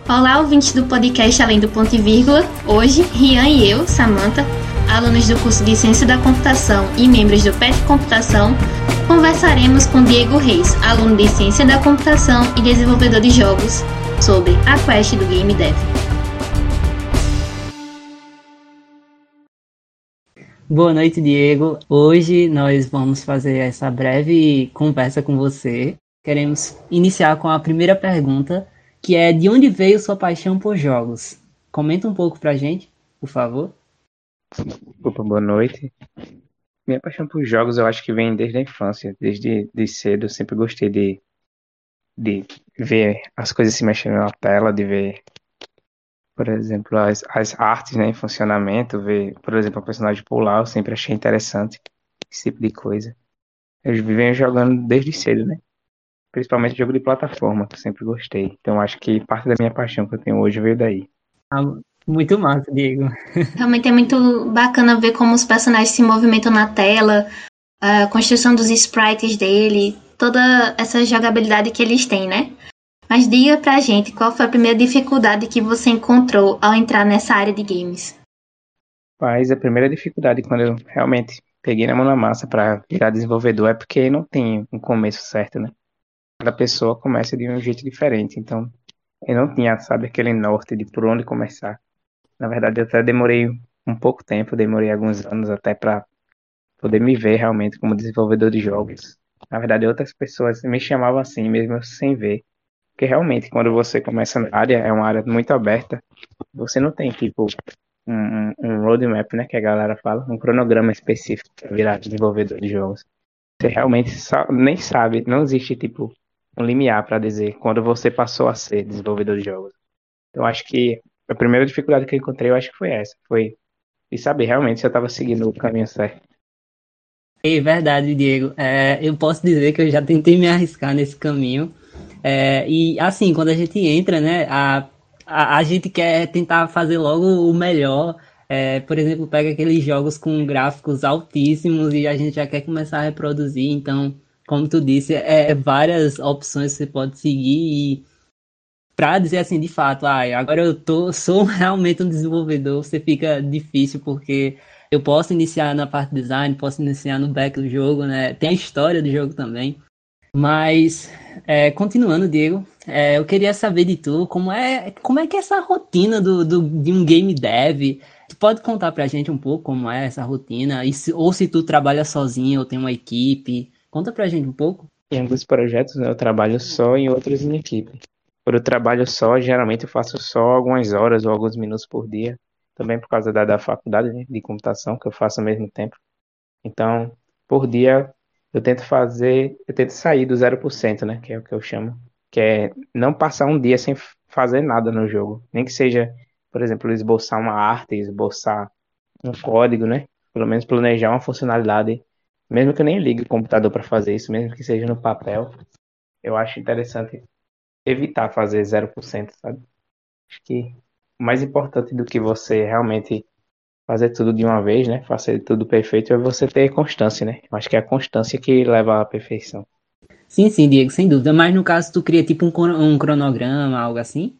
Olá, ouvintes do podcast Além do Ponto e Vírgula. Hoje, Rian e eu, Samantha, alunos do curso de Ciência da Computação e membros do PET Computação, conversaremos com Diego Reis, aluno de Ciência da Computação e desenvolvedor de jogos, sobre a quest do Game Dev. Boa noite, Diego. Hoje nós vamos fazer essa breve conversa com você. Queremos iniciar com a primeira pergunta, que é: de onde veio sua paixão por jogos? Comenta um pouco pra gente, por favor. Opa, boa noite. Minha paixão por jogos eu acho que vem desde a infância, desde de cedo. Eu sempre gostei de ver as coisas se mexendo na tela, de ver, por exemplo, as artes, né, em funcionamento, ver, por exemplo, a personagem pular. Eu sempre achei interessante esse tipo de coisa. Eu venho jogando desde cedo, né? Principalmente jogo de plataforma, que eu sempre gostei. Então acho que parte da minha paixão que eu tenho hoje veio daí. Muito massa, Diego. Realmente é muito bacana ver como os personagens se movimentam na tela, a construção dos sprites dele, toda essa jogabilidade que eles têm, né? Mas diga pra gente, qual foi a primeira dificuldade que você encontrou ao entrar nessa área de games? Mas a primeira dificuldade quando eu realmente peguei na mão na massa para virar desenvolvedor é porque não tem um começo certo, né? Cada pessoa começa de um jeito diferente, então eu não tinha, sabe, aquele norte de por onde começar. Na verdade, eu até demorei um pouco tempo, demorei alguns anos até para poder me ver realmente como desenvolvedor de jogos. Na verdade, outras pessoas me chamavam assim, mesmo eu sem ver. Porque realmente, quando você começa na área, é uma área muito aberta, você não tem, tipo, um roadmap, né, que a galera fala, um cronograma específico para virar desenvolvedor de jogos. Você realmente nem sabe, não existe, tipo, um limiar para dizer quando você passou a ser desenvolvedor de jogos. Então, acho que a primeira dificuldade que eu encontrei, eu acho que foi essa, foi de saber realmente se eu estava seguindo o caminho certo. É verdade, Diego. Eu posso dizer que eu já tentei me arriscar nesse caminho. E assim, quando a gente entra, né, a gente quer tentar fazer logo o melhor. Por exemplo, pega aqueles jogos com gráficos altíssimos e a gente já quer começar a reproduzir. Então, como tu disse, várias opções que você pode seguir. E pra dizer assim, de fato, agora sou realmente um desenvolvedor, você fica difícil porque eu posso iniciar na parte de design, posso iniciar no back do jogo, né? Tem a história do jogo também. Mas, continuando, Diego, eu queria saber de tu, como é que é essa rotina de um game dev? Tu pode contar pra gente um pouco como é essa rotina? Ou se tu trabalha sozinho ou tem uma equipe? Conta pra gente um pouco. Em alguns projetos, né, eu trabalho só, em outros em equipe. Quando eu trabalho só, geralmente eu faço só algumas horas ou alguns minutos por dia. Também por causa da faculdade, né, de computação, que eu faço ao mesmo tempo. Então, por dia, eu tento sair do 0%, né, que é o que eu chamo. Que é não passar um dia sem fazer nada no jogo. Nem que seja, por exemplo, esboçar uma arte, esboçar um código, né? Pelo menos planejar uma funcionalidade. Mesmo que eu nem ligue o computador para fazer isso, mesmo que seja no papel, eu acho interessante evitar fazer 0%, sabe? Acho que o mais importante do que você realmente fazer tudo de uma vez, né? Fazer tudo perfeito é você ter constância, né? Eu acho que é a constância que leva à perfeição. Sim, sim, Diego, sem dúvida. Mas no caso, tu cria tipo um cronograma, algo assim?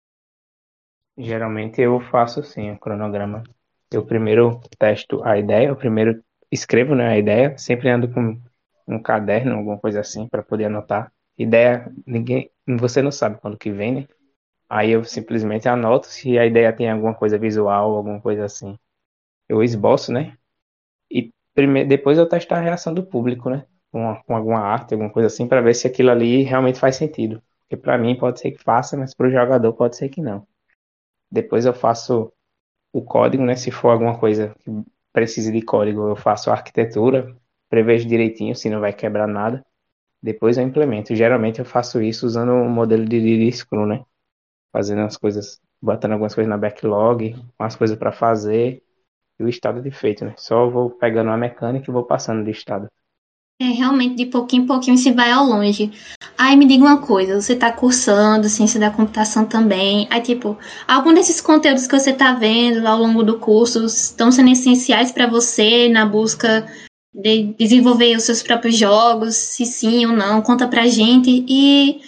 Geralmente eu faço sim o cronograma. Eu primeiro testo a ideia, eu primeiro escrevo, né, a ideia, sempre ando com um caderno, alguma coisa assim, para poder anotar. Ideia, você não sabe quando que vem, né? Aí eu simplesmente anoto se a ideia tem alguma coisa visual, alguma coisa assim. Eu esboço, né? E depois eu testo a reação do público, né? Com alguma arte, alguma coisa assim, para ver se aquilo ali realmente faz sentido. Porque para mim pode ser que faça, mas para o jogador pode ser que não. Depois eu faço o código, né? Se for alguma coisa que precise de código, eu faço a arquitetura, prevejo direitinho, se não vai quebrar nada. Depois eu implemento. Geralmente eu faço isso usando o modelo de Scrum, né? Fazendo as coisas, botando algumas coisas na backlog, umas coisas para fazer e o estado de feito, né? Só vou pegando uma mecânica e vou passando de estado. Realmente, de pouquinho em pouquinho se vai ao longe. Aí me diga uma coisa, você tá cursando ciência da computação também. Aí, tipo, algum desses conteúdos que você tá vendo ao longo do curso estão sendo essenciais para você na busca de desenvolver os seus próprios jogos? Se sim ou não, conta pra gente. E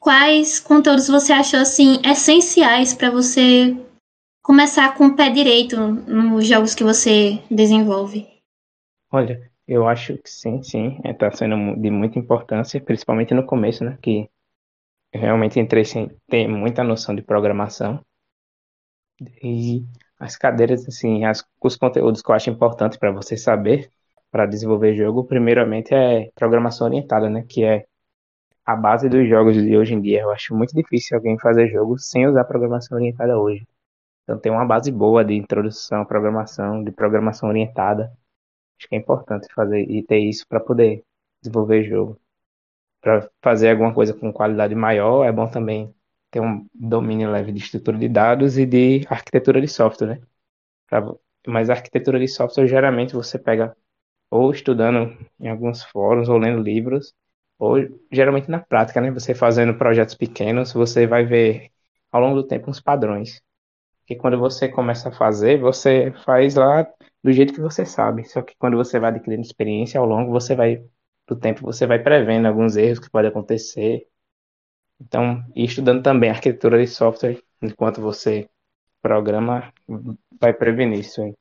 quais conteúdos você achou assim essenciais para você começar com o pé direito nos jogos que você desenvolve? Olha, eu acho que sim, tá sendo de muita importância, principalmente no começo, né? Que eu realmente entrei sem ter muita noção de programação. E as cadeiras, assim, os conteúdos que eu acho importantes para você saber, para desenvolver jogo, primeiramente é programação orientada, né? Que é a base dos jogos de hoje em dia. Eu acho muito difícil alguém fazer jogo sem usar programação orientada hoje. Então tem uma base boa de introdução à programação, de programação orientada. Acho que é importante fazer e ter isso para poder desenvolver jogo. Para fazer alguma coisa com qualidade maior, é bom também ter um domínio leve de estrutura de dados e de arquitetura de software, né? Pra- mas a arquitetura de software geralmente você pega ou estudando em alguns fóruns ou lendo livros, ou geralmente na prática, né? Você fazendo projetos pequenos, você vai ver ao longo do tempo uns padrões. Que quando você começa a fazer, você faz lá do jeito que você sabe. Só que quando você vai adquirindo experiência ao longo, você vai do tempo, você vai prevendo alguns erros que podem acontecer. Então, e estudando também arquitetura de software enquanto você programa, vai prevenir isso aí.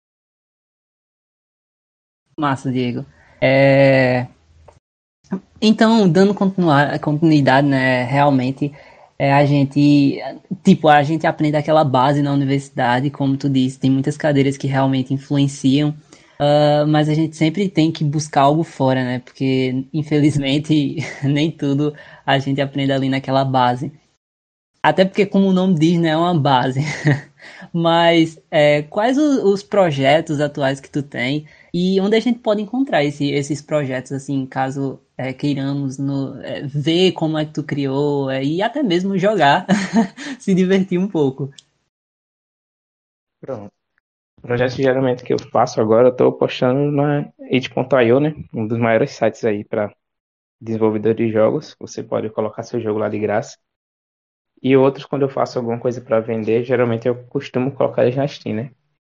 Massa, Diego. É, Então, dando continuidade, né, realmente, a gente aprende aquela base na universidade, como tu disse, tem muitas cadeiras que realmente influenciam, mas a gente sempre tem que buscar algo fora, né, porque, infelizmente, nem tudo a gente aprende ali naquela base. Até porque, como o nome diz, né, é uma base. Mas quais os projetos atuais que tu tem e onde a gente pode encontrar esses projetos, assim, caso queiramos ver como é que tu criou e até mesmo jogar, se divertir um pouco. Pronto. O projeto geralmente que eu faço agora, eu estou postando na itch.io, né? Um dos maiores sites aí para desenvolvedor de jogos. Você pode colocar seu jogo lá de graça. E outros, quando eu faço alguma coisa para vender, geralmente eu costumo colocar eles na Steam, né?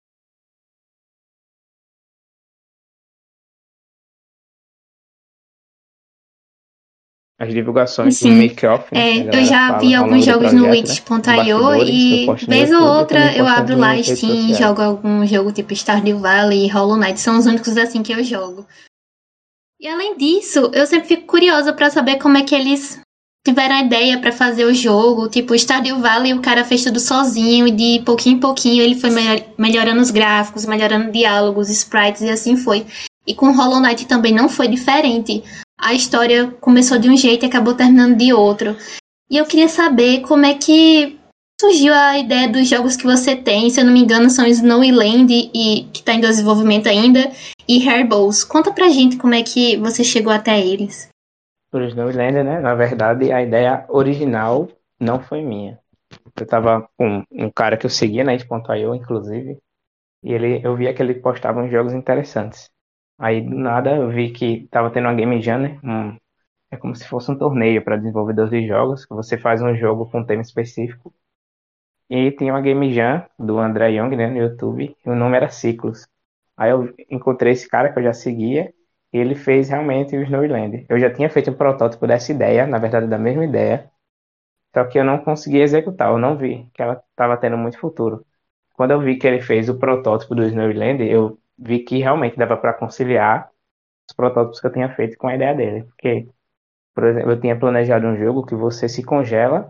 As divulgações do Sim, make-off, né? Que a eu galera já vi fala ao alguns longo do jogos no projeto, né? Os Witch.io bastidores, eu e posto no vez ou YouTube e também outra eu posto em abro lá a algumas redes Steam e sociais. jogo algum jogo tipo Stardew Valley e Hollow Knight, são os únicos assim que eu jogo. E além disso, eu sempre fico curiosa pra saber como é que eles tiveram a ideia pra fazer o jogo. Tipo, o Stardew Valley, o cara fez tudo sozinho e de pouquinho em pouquinho ele foi melhorando os gráficos, melhorando diálogos, sprites e assim foi. E com Hollow Knight também não foi diferente. A história começou de um jeito e acabou terminando de outro. E eu queria saber como é que surgiu a ideia dos jogos que você tem. Se eu não me engano, são Snowland e que está em desenvolvimento ainda, e Hairballs. Conta pra gente como é que você chegou até eles. Por Snowlander, né? Na verdade, a ideia original não foi minha. Eu tava com um cara que eu seguia na itch.io, inclusive, e eu via que ele postava uns jogos interessantes. Aí, do nada, eu vi que tava tendo uma Game Jam, né? É como se fosse um torneio para desenvolvedores de jogos, que você faz um jogo com um tema específico. E tinha uma Game Jam do André Young, né, no YouTube, e o nome era Ciclos. Aí eu encontrei esse cara que eu já seguia, e ele fez realmente o Snowland. Eu já tinha feito um protótipo dessa ideia, na verdade da mesma ideia, só que eu não consegui executar, eu não vi que ela estava tendo muito futuro. Quando eu vi que ele fez o protótipo do Snowland, eu vi que realmente dava para conciliar os protótipos que eu tinha feito com a ideia dele. Porque, por exemplo, eu tinha planejado um jogo que você se congela.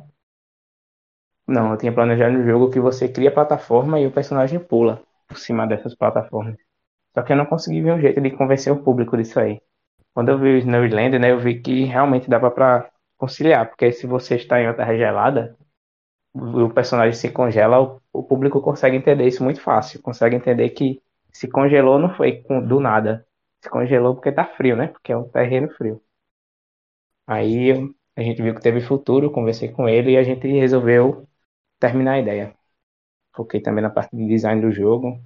Não, eu tinha planejado um jogo que você cria a plataforma e o personagem pula por cima dessas plataformas. Só que eu não consegui ver um jeito de convencer o público disso aí. Quando eu vi o Snowland, né, eu vi que realmente dava para conciliar, porque se você está em uma terra gelada, o personagem se congela, o público consegue entender isso muito fácil. Consegue entender que se congelou não foi do nada. Se congelou porque tá frio, né? Porque é um terreno frio. Aí a gente viu que teve futuro, conversei com ele e a gente resolveu terminar a ideia. Foquei também na parte de design do jogo.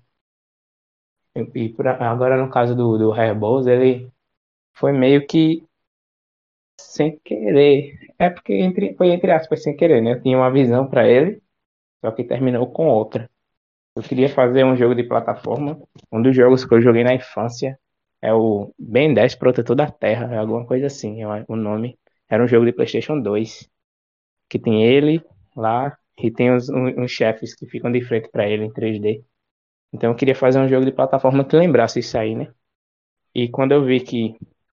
Agora no caso do Hairballs, ele foi meio que sem querer. É porque foi entre aspas sem querer, né? Eu tinha uma visão para ele, só que terminou com outra. Eu queria fazer um jogo de plataforma. Um dos jogos que eu joguei na infância é o Ben 10 Protetor da Terra, é alguma coisa assim, o nome. Era um jogo de PlayStation 2. que tem ele lá e tem uns chefes que ficam de frente para ele em 3D. Então eu queria fazer um jogo de plataforma que lembrasse isso aí, né? E quando eu vi que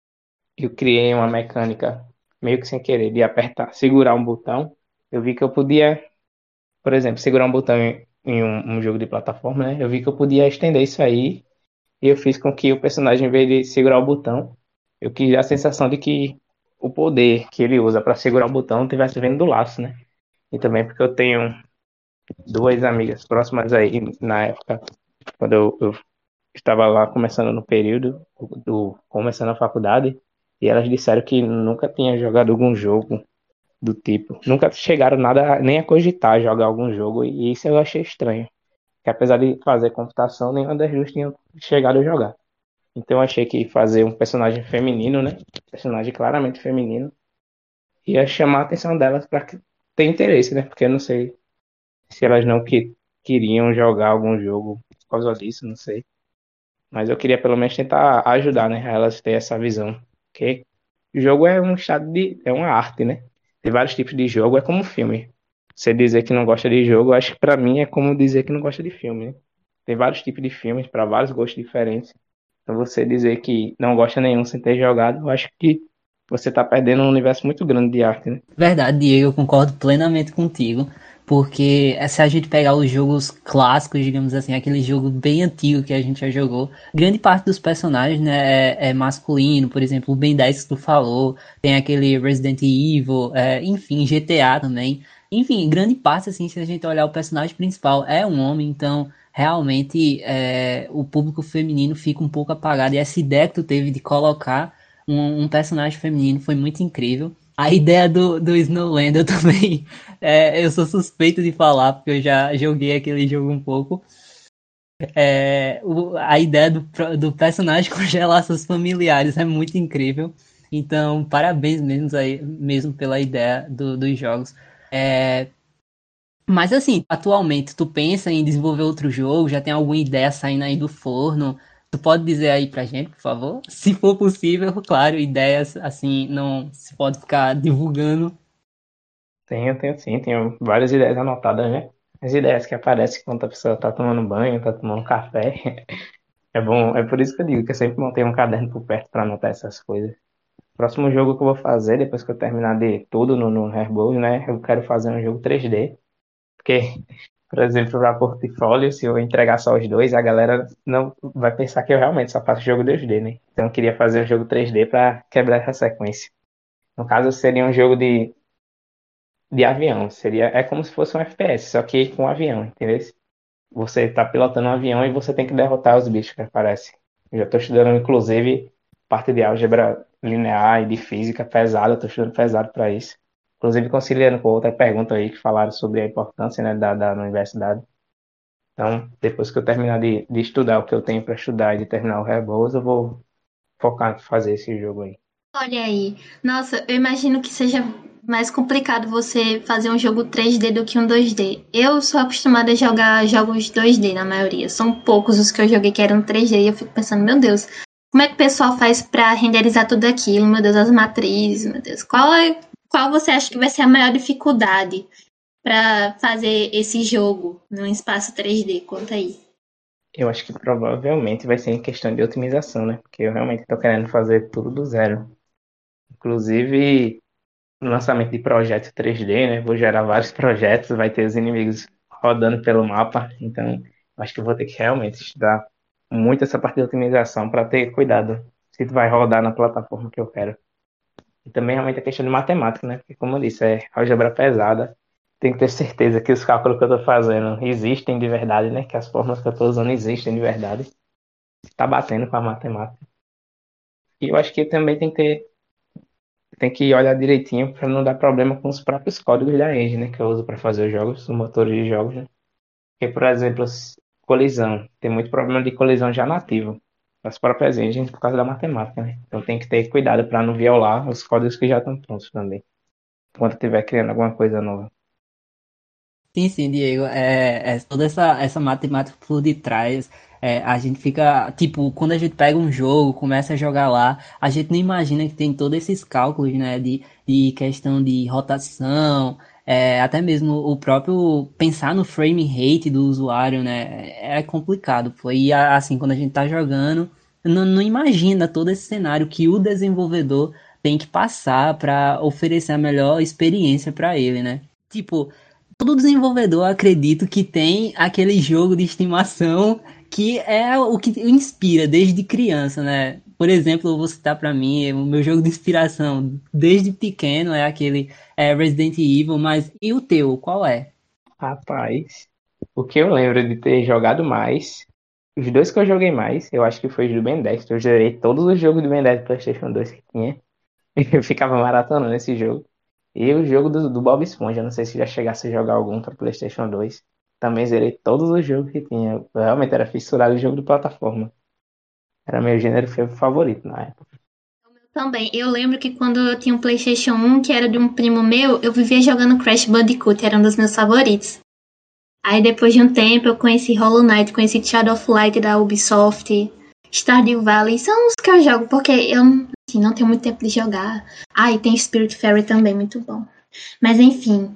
eu criei uma mecânica meio que sem querer de apertar, segurar um botão, eu vi que eu podia, por exemplo, segurar um botão em um jogo de plataforma, né? Eu vi que eu podia estender isso aí e eu fiz com que o personagem, em vez de segurar o botão, eu quis a sensação de que o poder que ele usa para segurar o botão estivesse vindo do laço, né? E também porque eu tenho duas amigas próximas aí na época, quando eu estava lá começando no período, começando a faculdade, e elas disseram que nunca tinha jogado algum jogo do tipo. Nunca chegaram nada, nem a cogitar jogar algum jogo, e isso eu achei estranho. Que apesar de fazer computação, nenhuma das duas tinha chegado a jogar. Então eu achei que fazer um personagem feminino, né? Personagem claramente feminino, ia chamar a atenção delas para ter interesse, né? Porque eu não sei se elas não queriam jogar algum jogo por causa disso, não sei. Mas eu queria pelo menos tentar ajudar, né? A elas ter essa visão. Porque o jogo é um estado é uma arte, né? Tem vários tipos de jogo, é como um filme. Você dizer que não gosta de jogo, eu acho que pra mim é como dizer que não gosta de filme, né? Tem vários tipos de filmes para vários gostos diferentes. Então você dizer que não gosta nenhum sem ter jogado, eu acho que você tá perdendo um universo muito grande de arte, né? Verdade, Diego, eu concordo plenamente contigo, porque se a gente pegar os jogos clássicos, digamos assim, aquele jogo bem antigo que a gente já jogou, grande parte dos personagens, né, é masculino, por exemplo, o Ben 10 que tu falou, tem aquele Resident Evil, enfim, GTA também, enfim, grande parte, assim, se a gente olhar o personagem principal é um homem, então realmente o público feminino fica um pouco apagado, e essa ideia que tu teve de colocar um personagem feminino foi muito incrível. A ideia do Snowlander também, eu sou suspeito de falar, porque eu já joguei aquele jogo um pouco. A ideia do personagem congelar seus familiares é muito incrível. Então, parabéns mesmo, aí, mesmo pela ideia dos jogos. Mas assim, atualmente, tu pensa em desenvolver outro jogo? Já tem alguma ideia saindo aí do forno? Tu pode dizer aí pra gente, por favor? Se for possível, claro, ideias assim, não se pode ficar divulgando. Tenho sim, tenho várias ideias anotadas, né? As ideias que aparecem quando a pessoa tá tomando banho, tá tomando café. É bom, é por isso que eu digo que eu sempre mantenho um caderno por perto para anotar essas coisas. Próximo jogo que eu vou fazer, depois que eu terminar de tudo no Herbold, né? Eu quero fazer um jogo 3D. Porque, por exemplo, para portfólio, se eu entregar só os dois, a galera não vai pensar que eu realmente só faço jogo 2D, né? Então eu queria fazer um jogo 3D para quebrar essa sequência. No caso, seria um jogo de avião. É como se fosse um FPS, só que com um avião, entendeu? Você está pilotando um avião e você tem que derrotar os bichos que aparecem. Eu já estou estudando, inclusive, parte de álgebra linear e de física pesada. Estou estudando pesado para isso. Inclusive, conciliando com outra pergunta aí que falaram sobre a importância, né, da universidade. Então, depois que eu terminar de estudar o que eu tenho para estudar e de terminar o Rebels, eu vou focar em fazer esse jogo aí. Olha aí. Nossa, eu imagino que seja mais complicado você fazer um jogo 3D do que um 2D. Eu sou acostumada a jogar jogos 2D na maioria. São poucos os que eu joguei que eram 3D e eu fico pensando, meu Deus, como é que o pessoal faz pra renderizar tudo aquilo? Meu Deus, as matrizes, meu Deus. Qual você acha que vai ser a maior dificuldade pra fazer esse jogo num espaço 3D? Conta aí. Eu acho que provavelmente vai ser em questão de otimização, né? Porque eu realmente estou querendo fazer tudo do zero. Inclusive, no lançamento de projetos 3D, né? Vou gerar vários projetos, vai ter os inimigos rodando pelo mapa. Então, acho que eu vou ter que realmente estudar muito essa parte de otimização para ter cuidado se vai rodar na plataforma que eu quero. E também realmente a questão de matemática, né? Porque, como eu disse, é álgebra pesada. Tem que ter certeza que os cálculos que eu estou fazendo existem de verdade, né? Que as fórmulas que eu estou usando existem de verdade. Está batendo com a matemática. E eu acho que também tem que olhar direitinho para não dar problema com os próprios códigos da engine, né? Que eu uso para fazer os jogos, os motores de jogos, né? Porque, por exemplo, colisão. Tem muito problema de colisão já nativo. Das próprias engines por causa da matemática, né? Então tem que ter cuidado para não violar os códigos que já estão prontos também. Quando estiver criando alguma coisa nova. Sim, sim, Diego. Toda essa matemática por detrás. A gente fica, tipo, quando a gente pega um jogo, começa a jogar lá, a gente nem imagina que tem todos esses cálculos, né, de questão de rotação, até mesmo o próprio pensar no frame rate do usuário, né, é complicado, pô. E assim, quando a gente tá jogando, não imagina todo esse cenário que o desenvolvedor tem que passar para oferecer a melhor experiência para ele, né? Tipo, todo desenvolvedor, acredito que tem aquele jogo de estimação que é o que inspira desde criança, né? Por exemplo, eu vou citar para mim o meu jogo de inspiração desde pequeno é aquele Resident Evil, mas e o teu, qual é? Rapaz, o que eu lembro de ter jogado mais, os dois que eu joguei mais, eu acho que foi os do Ben 10. Eu zerei todos os jogos do Ben 10 do PlayStation 2 que tinha. Eu ficava maratonando esse jogo. E o jogo do Bob Esponja, não sei se já chegasse a jogar algum para PlayStation 2. Também zerei todos os jogos que tinha. Eu realmente era fissurado em jogo de plataforma. Era meu gênero favorito na época. Também, eu lembro que quando eu tinha um PlayStation 1, que era de um primo meu, eu vivia jogando Crash Bandicoot, era um dos meus favoritos. Aí depois de um tempo eu conheci Hollow Knight, conheci Shadow of Light da Ubisoft, Stardew Valley, são os que eu jogo, porque eu assim, não tenho muito tempo de jogar. Ah, e tem Spirit Fairy também, muito bom. Mas enfim,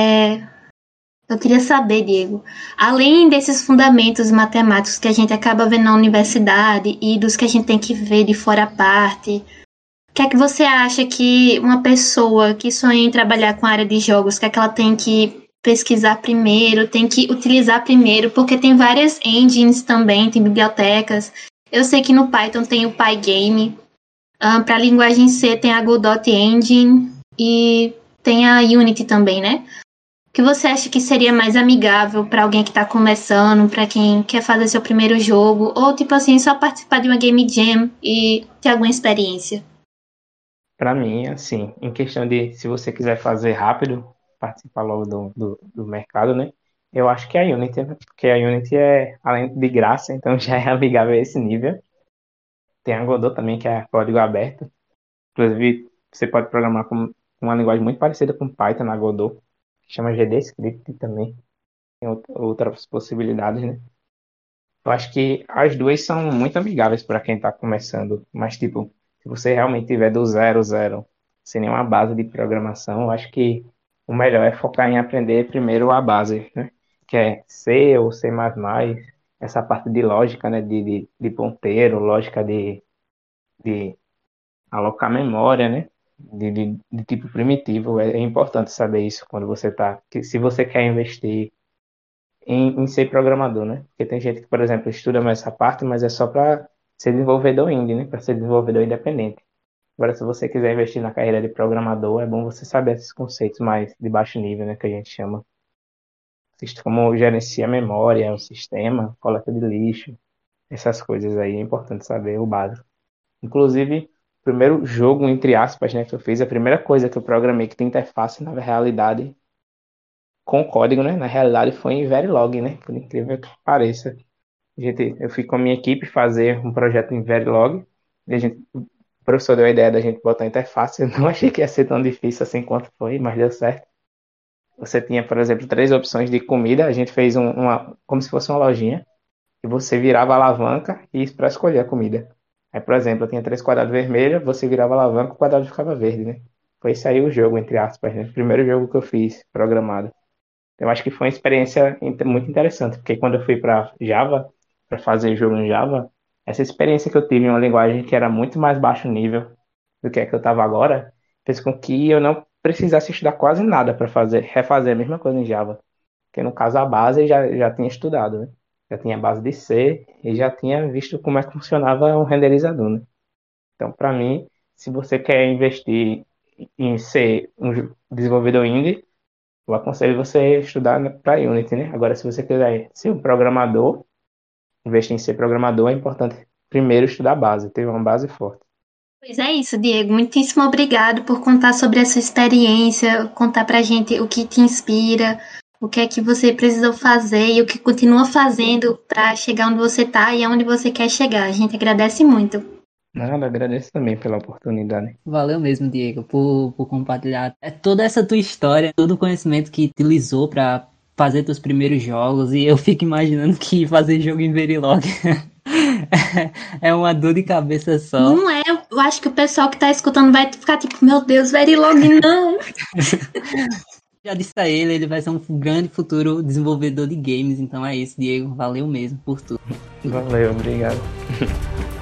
eu queria saber, Diego, além desses fundamentos matemáticos que a gente acaba vendo na universidade e dos que a gente tem que ver de fora a parte, o que é que você acha que uma pessoa que sonha em trabalhar com a área de jogos, o que é que ela tem que pesquisar primeiro, tem que utilizar primeiro, porque tem várias engines também, tem bibliotecas. Eu sei que no Python tem o Pygame, para a linguagem C tem a Godot Engine e tem a Unity também, né? O que você acha que seria mais amigável para alguém que está começando, para quem quer fazer seu primeiro jogo, ou tipo assim, só participar de uma Game Jam e ter alguma experiência? Pra mim, assim, em questão de se você quiser fazer rápido, participar logo do mercado, né? Eu acho que a Unity, né? Porque a Unity é, além de graça, então já é amigável a esse nível. Tem a Godot também, que é código aberto. Inclusive, você pode programar com uma linguagem muito parecida com Python na Godot, que chama GDScript também. Tem outras possibilidades, né? Eu acho que as duas são muito amigáveis para quem está começando, mas tipo, se você realmente tiver do zero, zero, sem nenhuma base de programação, eu acho que o melhor é focar em aprender primeiro a base, né? Que é C ou C++, essa parte de lógica, né? De ponteiro, lógica de alocar memória, né? De tipo primitivo. É importante saber isso quando você está. Se você quer investir em ser programador, né? Porque tem gente que, por exemplo, estuda mais essa parte, mas é só para ser desenvolvedor indie, né? Para ser desenvolvedor independente. Agora, se você quiser investir na carreira de programador, é bom você saber esses conceitos mais de baixo nível, né? Que a gente chama. Como gerencia a memória, o sistema, coleta de lixo, essas coisas aí. É importante saber o básico. Inclusive, o primeiro jogo, entre aspas, né, que eu fiz, a primeira coisa que eu programei que tem interface, na realidade, com código, né? Na realidade foi em Verilog, né? Por incrível que pareça. Eu fui com a minha equipe fazer um projeto em Verilog. E o professor deu a ideia da gente botar a interface. Eu não achei que ia ser tão difícil assim quanto foi, mas deu certo. Você tinha, por exemplo, 3 opções de comida. A gente fez como se fosse uma lojinha. E você virava a alavanca e para escolher a comida. Aí, por exemplo, eu tinha 3 quadrados vermelhos, você virava a alavanca, o quadrado ficava verde, né? Foi isso aí o jogo, entre aspas, né? O primeiro jogo que eu fiz programado. Eu acho que foi uma experiência muito interessante, porque quando eu fui para Java, para fazer jogo em Java, essa experiência que eu tive em uma linguagem que era muito mais baixo nível do que a que eu estava agora, fez com que eu não precisasse estudar quase nada para refazer a mesma coisa em Java. Porque no caso a base eu já tinha estudado, né? Já tinha a base de C e já tinha visto como é que funcionava um renderizador, né? Então, para mim, se você quer investir em ser um desenvolvedor indie, eu aconselho você estudar para Unity, né? Agora, se você quiser ser um programador, investir em ser programador, é importante primeiro estudar a base, ter uma base forte. Pois é isso, Diego. Muitíssimo obrigado por contar sobre a sua experiência, contar pra gente o que te inspira, o que é que você precisou fazer e o que continua fazendo para chegar onde você tá e aonde você quer chegar. A gente agradece muito. Nada, agradeço também pela oportunidade. Valeu mesmo, Diego, por compartilhar toda essa tua história, todo o conhecimento que utilizou para fazer teus primeiros jogos. E eu fico imaginando que fazer jogo em Verilog é uma dor de cabeça só. Não é, eu acho que o pessoal que tá escutando vai ficar tipo, meu Deus, Verilog não! Já disse a ele, ele vai ser um grande futuro desenvolvedor de games. Então é isso, Diego. Valeu mesmo por tudo. Valeu, obrigado.